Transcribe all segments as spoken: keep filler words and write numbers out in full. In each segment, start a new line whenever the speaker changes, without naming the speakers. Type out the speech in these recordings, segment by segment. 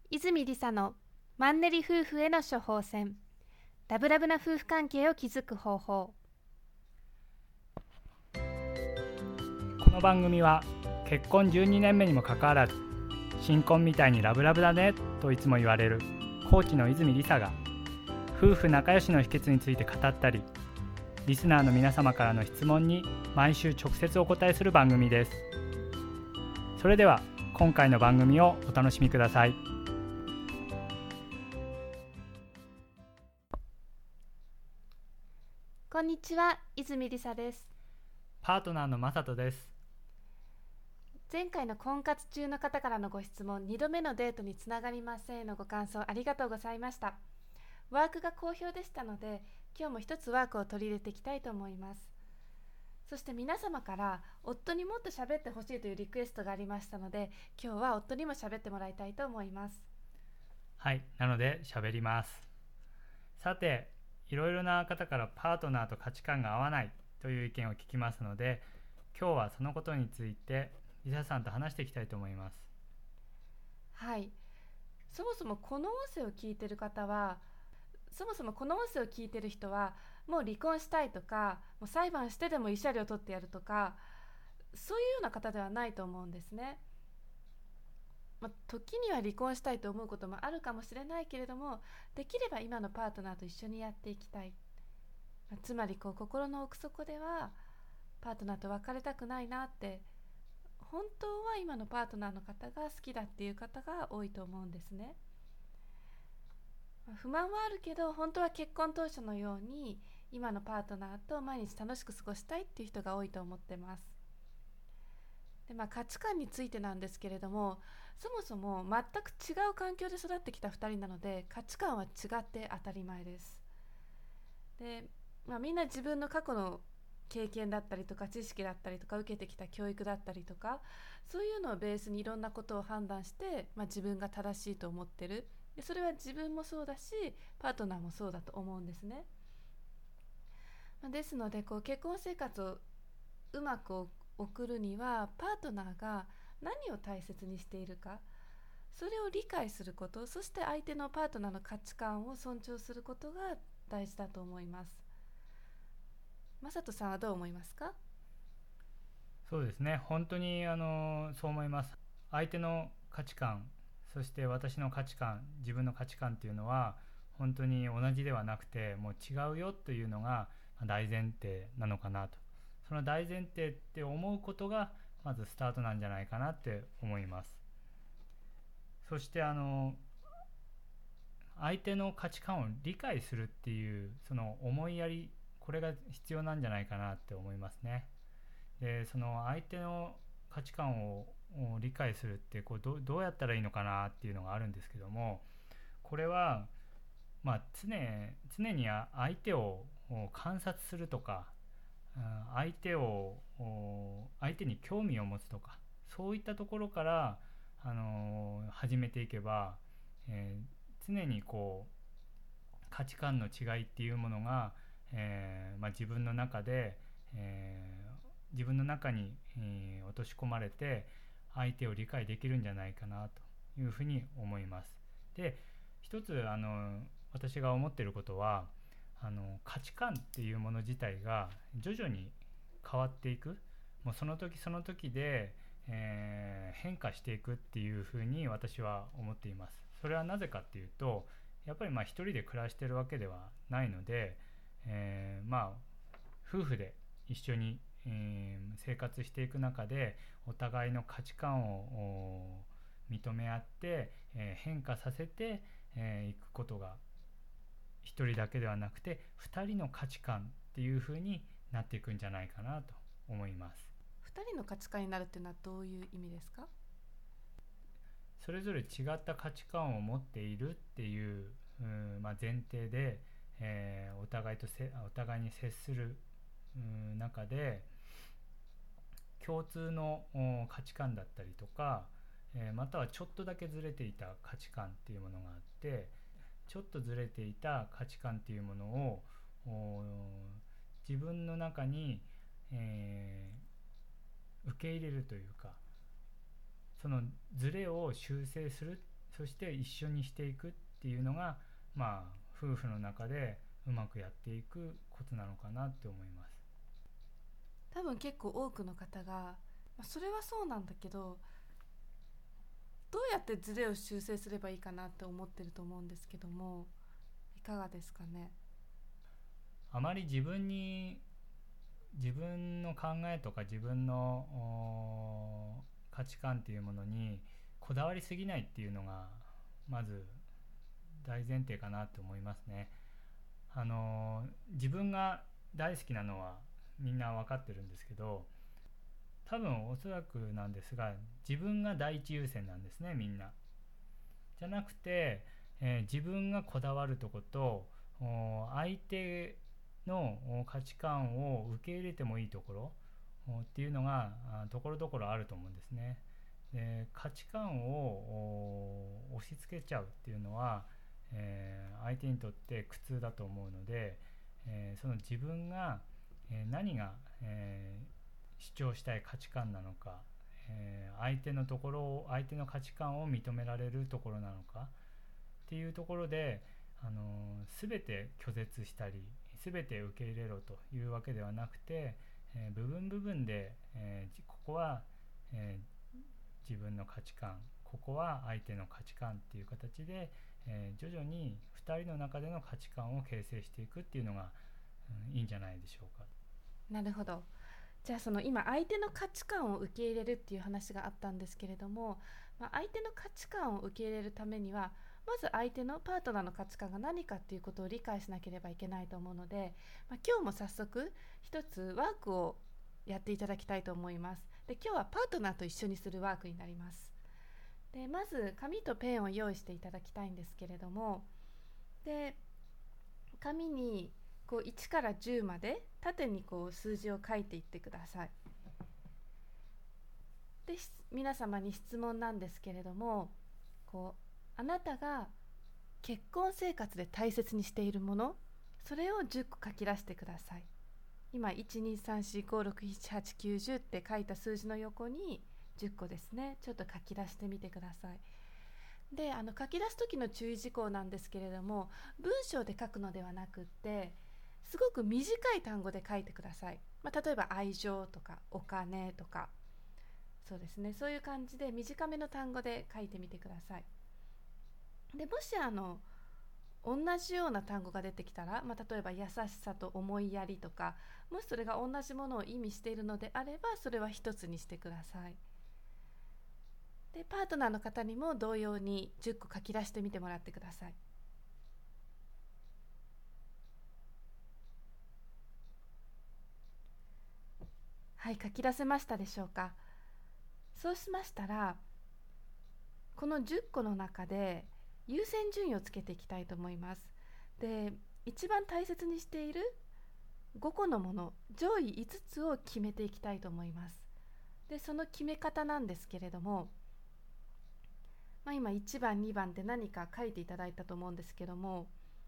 泉理沙のマンネリ夫婦への処方箋。ラブラブな夫婦関係を築く方法。
この番組は結婚じゅうにねんめにもかかわらず新婚みたいにラブラブだねといつも言われるコーチの泉理沙が夫婦仲良しの秘訣について語ったり、リスナーの皆様からの質問に毎週直接お答えする番組です。それでは今回の番組をお楽しみください。
こんにちは、泉理沙です。
パートナーの正人です。
前回の婚活中の方からのご質問、にどめのデートにつながりませんのご感想ありがとうございました。ワークが好評でしたので、今日も一つワークを取り入れていきたいと思います。そして皆様から夫にもっと喋ってほしいというリクエストがありましたので、今日は夫にも喋ってもらいたいと思います。
はい、なので喋ります。さて、いろいろな方からパートナーと価値観が合わないという意見を聞きますので、今日はそのことについて理沙さんと話していきたいと思います。
はい、そもそもこの音声を聞いている方はそもそもこの音声を聞いている人はもう離婚したいとか、もう裁判してでも慰謝料取ってやるとか、そういうような方ではないと思うんですね。まあ、時には離婚したいと思うこともあるかもしれないけれども、できれば今のパートナーと一緒にやっていきたい、まあ、つまりこう心の奥底ではパートナーと別れたくないなって、本当は今のパートナーの方が好きだっていう方が多いと思うんですね。まあ、不満はあるけど本当は結婚当初のように今のパートナーと毎日楽しく過ごしたいっていう人が多いと思ってます。で、まあ、価値観についてなんですけれども、そもそも全く違う環境で育ってきたふたりなので、価値観は違って当たり前です。で、まあ、みんな自分の過去の経験だったりとか知識だったりとか受けてきた教育だったりとか、そういうのをベースにいろんなことを判断して、まあ、自分が正しいと思ってる。でそれは自分もそうだしパートナーもそうだと思うんですね。まあ、ですのでこう結婚生活をうまく送るには、パートナーが何を大切にしているか、それを理解すること、そして相手のパートナーの価値観を尊重することが大事だと思います。正人さんはどう思いますか？
そうですね、本当にあのそう思います。相手の価値観、そして私の価値観、自分の価値観っていうのは本当に同じではなくて、もう違うよというのが大前提なのかなと。その大前提って思うことがまずスタートなんじゃないかなって思います。そしてあの相手の価値観を理解するっていうその思いやり、これが必要なんじゃないかなって思いますね。で、その相手の価値観を理解するってこう ど, どうやったらいいのかなっていうのがあるんですけども、これはまあ 常, 常に相手を観察するとか、相手を相手に興味を持つとか、そういったところから、あのー、始めていけば、えー、常にこう価値観の違いっていうものが、えーまあ、自分の中で、えー、自分の中に、えー、落とし込まれて相手を理解できるんじゃないかなというふうに思います。で、一つあの私が思っていることは、あの価値観っていうもの自体が徐々に変わっていく、もうその時その時で、えー、変化していくっていうふうに私は思っています。それはなぜかっていうと、やっぱりまあ一人で暮らしてるわけではないので、えー、まあ夫婦で一緒に、えー、生活していく中でお互いの価値観を認め合って、えー、変化させてい、えー、くことが一人だけではなくて二人の価値観っていう風になっていくんじゃないかなと思います。
二人の価値観になるっていうのはどういう意味ですか？
それぞれ違った価値観を持っているっていう、う、まあ、前提で、えー、お互いとせお互いに接する中で共通の価値観だったりとか、えー、またはちょっとだけずれていた価値観っていうものがあって、ちょっとずれていた価値観っていうものを自分の中に、えー、受け入れるというか、そのズレを修正する、 そして一緒にしていくっていうのが、まあ、夫婦の中でうまくやっていくコツなのかなって思います。
多分結構多くの方が、まあ、それはそうなんだけど、どうやってズレを修正すればいいかなって思ってると思うんですけども、いかがですかね。
あまり自分に自分の考えとか自分の価値観っていうものにこだわりすぎないっていうのがまず大前提かなと思いますね。あの自分が大好きなのはみんな分かってるんですけど、多分おそらくなんですが、自分が第一優先なんですね、みんな。じゃなくて、えー自分がこだわるとこと相手の価値観を受け入れてもいいところっていうのがところどころあると思うんですね。で、価値観を押し付けちゃうっていうのは、えー相手にとって苦痛だと思うので、えーその自分が、えー何が、えー主張したい価値観なのか、えー相手のところを相手の価値観を認められるところなのかっていうところで、あのー、全て拒絶したり全て受け入れろというわけではなくて、えー部分部分で、えーここは、えー自分の価値観、ここは相手の価値観っていう形で、えー徐々にふたりの中での価値観を形成していくっていうのが、うん、いいんじゃないでしょうか。
なるほど。じゃあその今相手の価値観を受け入れるっていう話があったんですけれども、まあ、相手の価値観を受け入れるためにはまず相手のパートナーの価値観が何かっていうことを理解しなければいけないと思うので、まあ、今日も早速一つワークをやっていただきたいと思います。で、今日はパートナーと一緒にするワークになります。で、まず紙とペンを用意していただきたいんですけれども、で紙にこういちからじゅうまで縦にこう数字を書いていってください。で、皆様に質問なんですけれども、こうあなたが結婚生活で大切にしているもの、それをじゅっこ書き出してください。今 いちにさんしごろくしちはちきゅうじゅう って書いた数字の横にじゅっこですね、ちょっと書き出してみてください。で、あの書き出す時の注意事項なんですけれども、文章で書くのではなくってすごく短い単語で書いてください。まあ、例えば愛情とかお金とか、そうですね、そういう感じで短めの単語で書いてみてください。で、もしあの同じような単語が出てきたら、まあ、例えば優しさと思いやりとか、もしそれが同じものを意味しているのであればそれは一つにしてください。で、パートナーの方にも同様にじゅっこ書き出してみてもらってください。はい、書き出せましたでしょうか。そうしましたら、このじゅっこの中で優先順位をつけていきたいと思います。で、一番大切にしているごこのもの、上位いつつを決めていきたいと思います。で、その決め方なんですけれども、まあ、今いちばんにばんって何か書いていただいたと思うんですけども、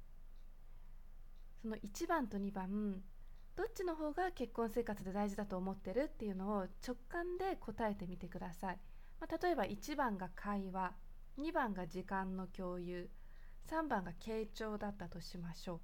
そのいちばんとにばん、どっちの方が結婚生活で大事だと思ってるっていうのを直感で答えてみてください。まあ、例えばいちばんが会話、にばんが時間の共有、さんばんが傾聴だったとしましょ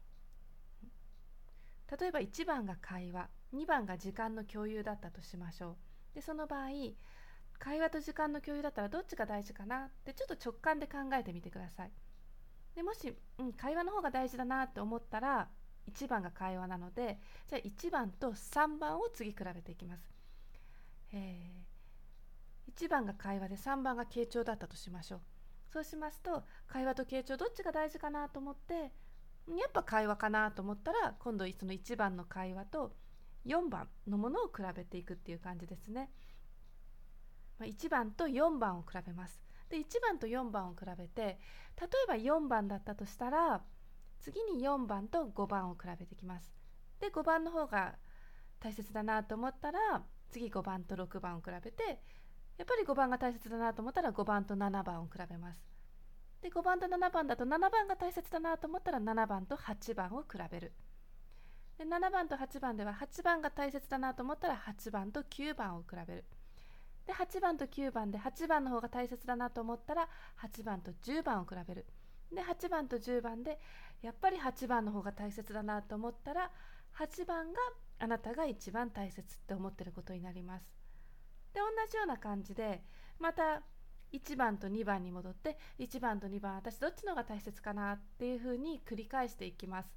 う。例えばいちばんが会話、にばんが時間の共有だったとしましょう。で、その場合、会話と時間の共有だったらどっちが大事かなってちょっと直感で考えてみてください。で、もし、うん、会話の方が大事だなって思ったらいちばんが会話なので、じゃあいちばんとさんばんを次比べていきます。えー、いちばんが会話でさんばんが傾聴だったとしましょう。そうしますと、会話と傾聴どっちが大事かなと思って、やっぱ会話かなと思ったら、今度そのいちばんの会話とよんばんのものを比べていくっていう感じですね。いちばんとよんばんを比べます。で、いちばんとよんばんを比べて、例えばよんばんだったとしたら、次によんばんとごばんを比べていきます。で、ごばんの方が大切だなと思ったら、次ごばんとろくばんを比べて、やっぱりごばんが大切だなと思ったらごばんとななばんを比べます。で、ごばんとななばんだとななばんが大切だなと思ったらななばんとはちばんを比べる。で、ななばんとはちばんでははちばんが大切だなと思ったらはちばんときゅうばんを比べる。 ではちばんときゅうばんではちばんの方が大切だなと思ったらはちばんとじゅうばんを比べる。ではちばんとじゅうばんでやっぱりはちばんの方が大切だなと思ったらはちばんがあなたが一番大切って思ってることになります。で同じような感じでまたいちばんとにばんに戻っていちばんとにばん私どっちの方が大切かなっていうふうに繰り返していきます。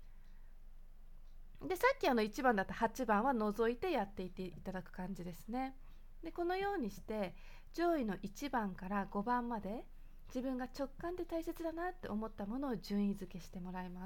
でさっきあのいちばんだったはちばんは除いてやっていっていただく感じですね。でこのようにして上位のいちばんからごばんまで自分が直感で大切だなって思ったものを順位付けしてもらいます。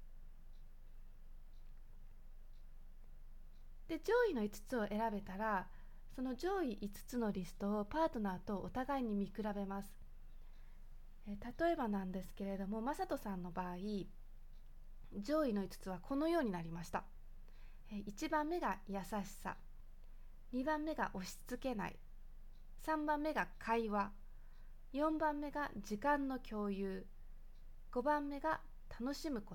で上位のいつつを選べたらその上位いつつのリストをパートナーとお互いに見比べます。え例えばなんですけれども、まさとさんの場合上位のいつつはこのようになりました。いちばんめが優しさ、にばんめが押し付けない、さんばんめが会話、よんばんめが時間の共有、ごばんめが楽しむこと。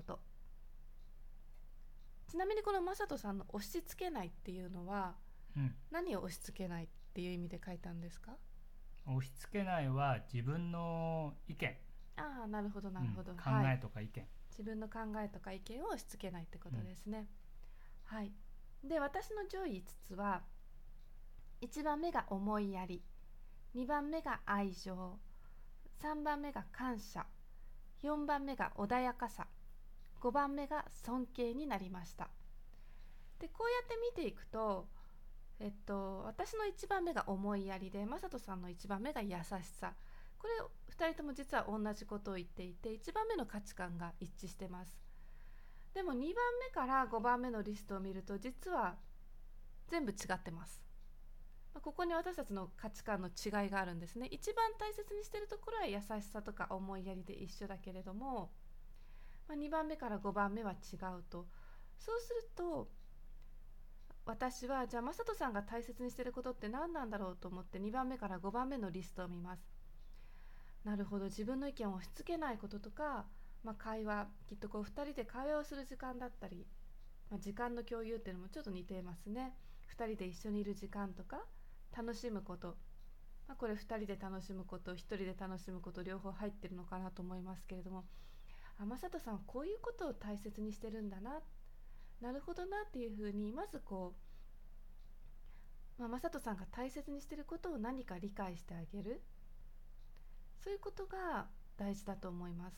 ちなみにこのまさとさんの押し付けないっていうのは、うん、何を押し付けないっていう意味で書いたんですか？
押し付けないは自分の意見。
ああ、なるほどなるほど、うん、
考えとか意見、はい、
自分の考えとか意見を押し付けないってことですね、うん、はい。で私の上位いつつはいちばんめが思いやり、にばんめが愛情、さんばんめが感謝、よんばんめが穏やかさ、ごばんめが尊敬になりました。でこうやって見ていくと、えっと、私のいちばんめが思いやりで、まさとさんのいちばんめが優しさ。これふたりとも実は同じことを言っていて、いちばんめの価値観が一致してます。でもにばんめからごばんめのリストを見ると実は全部違ってます。ここに私たちの価値観の違いがあるんですね。一番大切にしているところは優しさとか思いやりで一緒だけれども、まあ、にばんめからごばんめは違うと。そうすると私はじゃあまさとさんが大切にしていることって何なんだろうと思ってにばんめからごばんめのリストを見ます。なるほど、自分の意見を押し付けないこととか、まあ、会話、きっとこうふたりで会話をする時間だったり、まあ、時間の共有っていうのもちょっと似ていますね。ふたりで一緒にいる時間とか楽しむこと、まあ、これふたりで楽しむことひとりで楽しむこと両方入ってるのかなと思いますけれども、あ、まさとさんはこういうことを大切にしてるんだな、なるほどなっていうふうにまずこう、まあ、まさとさんが大切にしてることを何か理解してあげる、そういうことが大事だと思います。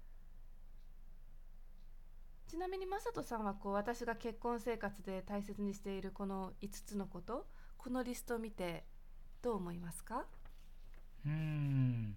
ちなみにまさとさんはこう私が結婚生活で大切にしているこのいつつのこと、このリストを見てどう思いますか？
うーん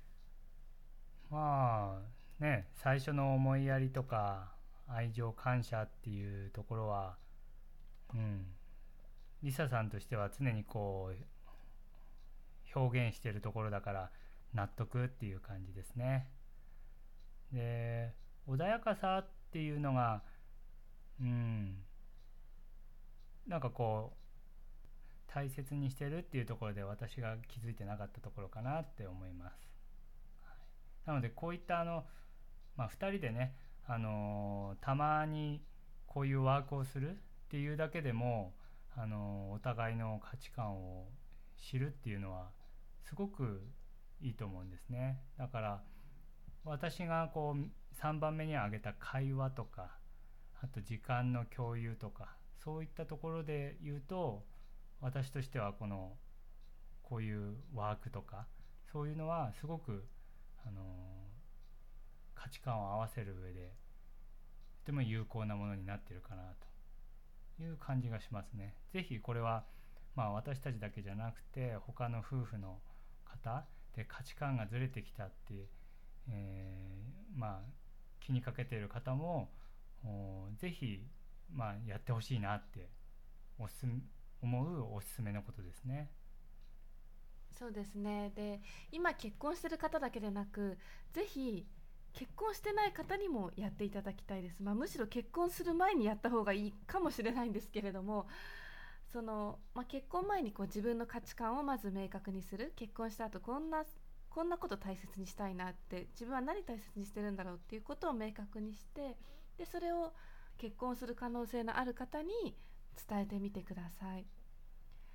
まあね、最初の思いやりとか愛情感謝っていうところは、うん、リサさんとしては常にこう表現しているところだから納得っていう感じですね。で、穏やかさっていうのが、うん、なんかこう大切にしてるっていうところで私が気づいてなかったところかなって思います。はい、なのでこういったあの、まあ、ふたりでね、あのー、たまにこういうワークをするっていうだけでも、あのー、お互いの価値観を知るっていうのはすごくいいと思うんですね。だから私がこうさんばんめに挙げた会話とか、あと時間の共有とか、そういったところで言うと、私としてはこのこういうワークとかそういうのはすごく、あのー、価値観を合わせる上でとても有効なものになっているかなという感じがしますね。ぜひこれは、まあ、私たちだけじゃなくて他の夫婦の方で価値観がずれてきたって、えー、まあ気にかけている方もぜひ、まあ、やってほしいなっておすすめ思うおすすめのことですね。
そうですね。で、今結婚してる方だけでなく、ぜひ結婚してない方にもやっていただきたいです。まあ、むしろ結婚する前にやった方がいいかもしれないんですけれども、その、まあ、結婚前にこう自分の価値観をまず明確にする。結婚した後こんなこんなこと大切にしたいなって、自分は何大切にしてるんだろうっていうことを明確にして、でそれを結婚する可能性のある方に伝えてみてください。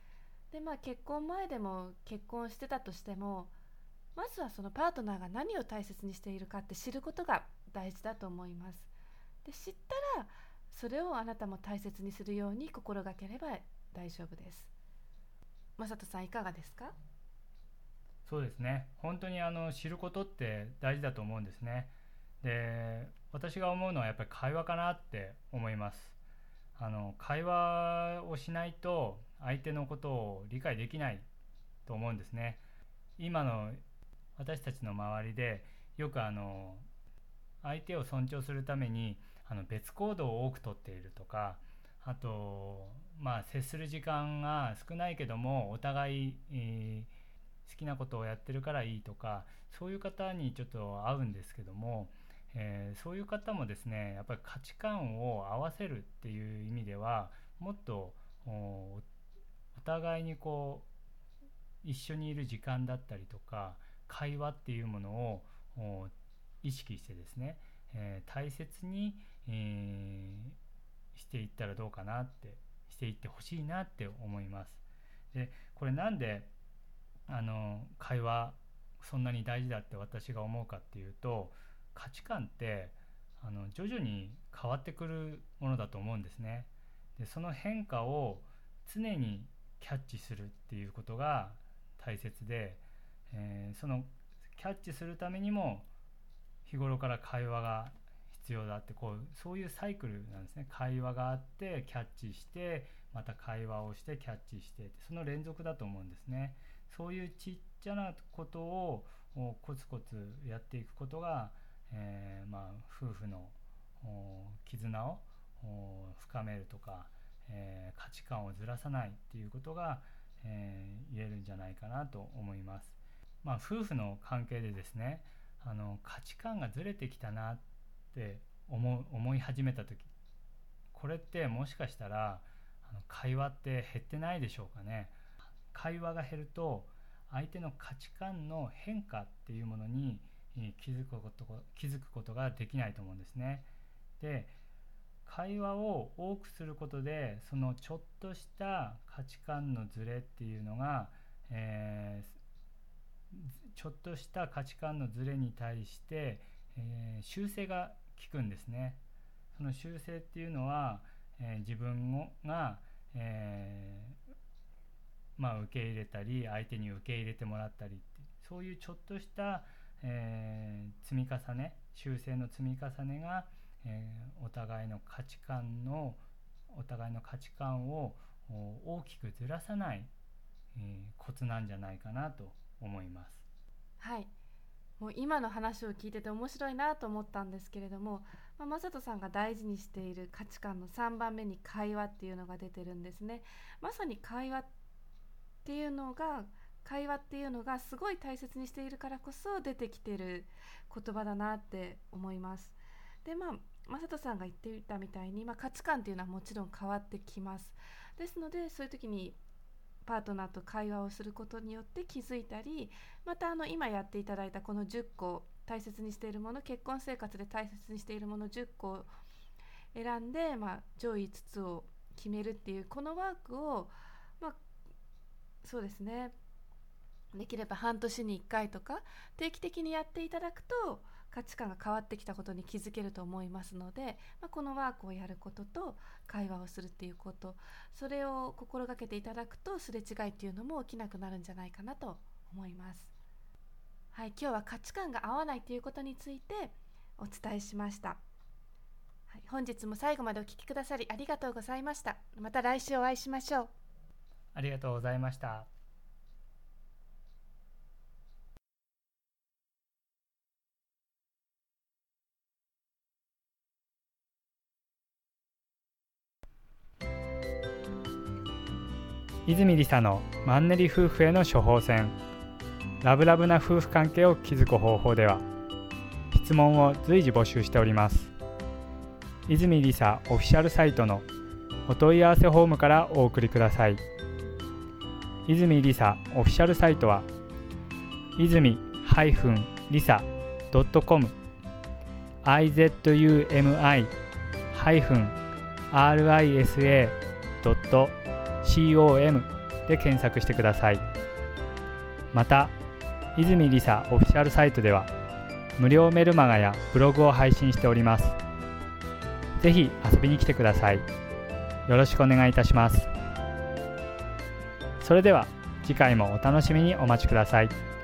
で、まあ、結婚前でも結婚してたとしても、まずはそのパートナーが何を大切にしているかって知ることが大事だと思います。で、知ったらそれをあなたも大切にするように心がければ大丈夫です。まさとさん、いかがですか？
そうですね。本当にあの知ることって大事だと思うんですね。で、私が思うのはやっぱり会話かなって思います。あの会話をしないと相手のことを理解できないと思うんですね。今の私たちの周りでよくあの相手を尊重するためにあの別行動を多くとっているとか、あとまあ接する時間が少ないけどもお互い、えー好きなことをやってるからいいとか、そういう方にちょっと合うんですけども、えーそういう方もですね、やっぱり価値観を合わせるっていう意味ではもっとおお互いにこう一緒にいる時間だったりとか会話っていうものをお意識してですね、えー大切に、えーしていったらどうかなってしていってほしいなって思います。で、これなんであの会話そんなに大事だって私が思うかっていうと、価値観ってあの徐々に変わってくるものだと思うんですね。で、その変化を常にキャッチするっていうことが大切で、えーそのキャッチするためにも日頃から会話が必要だって、こうそういうサイクルなんですね。会話があってキャッチしてまた会話をしてキャッチして、その連続だと思うんですね。そういうちっちゃなことをコツコツやっていくことが、えーまあ、夫婦の絆を深めるとか、えー価値観をずらさないっていうことが、えー言えるんじゃないかなと思います。まあ、夫婦の関係でですね、あの価値観がずれてきたなって思う思い始めた時、これってもしかしたらあの会話って減ってないでしょうかね。会話が減ると相手の価値観の変化っていうものに気づくこと、気づくことができないと思うんですね。で、会話を多くすることでそのちょっとした価値観のズレっていうのが、えーちょっとした価値観のズレに対して、えー修正が効くんですね。その修正っていうのは、えー自分が、えーまあ、受け入れたり相手に受け入れてもらったりって、そういうちょっとした、えー積み重ね、修正の積み重ねが、えーお互いの価値観のお互いの価値観を大きくずらさない、えーコツなんじゃないかなと思います。
はい、もう今の話を聞いてて面白いなと思ったんですけれども、まあ、マサトさんが大事にしている価値観のさんばんめに会話っていうのが出てるんですね。まさに会話っていうのが会話っていうのがすごい大切にしているからこそ出てきている言葉だなって思います。で、まあマサトさんが言っていたみたいに、まあ、価値観っていうのはもちろん変わってきます。ですのでそういう時にパートナーと会話をすることによって気づいたり、またあの今やっていただいたこのじゅっこ大切にしているもの、結婚生活で大切にしているものじゅっこを選んで、まあ、上位いつつを決めるっていうこのワークを、まあ、そうですね、できれば半年にいっかいとか定期的にやっていただくと価値観が変わってきたことに気づけると思いますので、まあ、このワークをやることと会話をするっていうこと、それを心がけていただくとすれ違いっていうのも起きなくなるんじゃないかなと思います。はい、今日は価値観が合わないということについてお伝えしました。はい、本日も最後までお聞きくださりありがとうございました。また来週お会いしましょう。
ありがとうございました。泉理沙のマンネリ夫婦への処方箋。ラブラブな夫婦関係を築く方法では、質問を随時募集しております。泉理沙オフィシャルサイトのお問い合わせフォームからお送りください。泉理沙オフィシャルサイトは泉リサドットコム アイゼットユーエムアイアールアイエスエードットコムで検索してください。また泉りさオフィシャルサイトでは無料メルマガやブログを配信しております。ぜひ遊びに来てください。よろしくお願いいたします。それでは次回もお楽しみにお待ちください。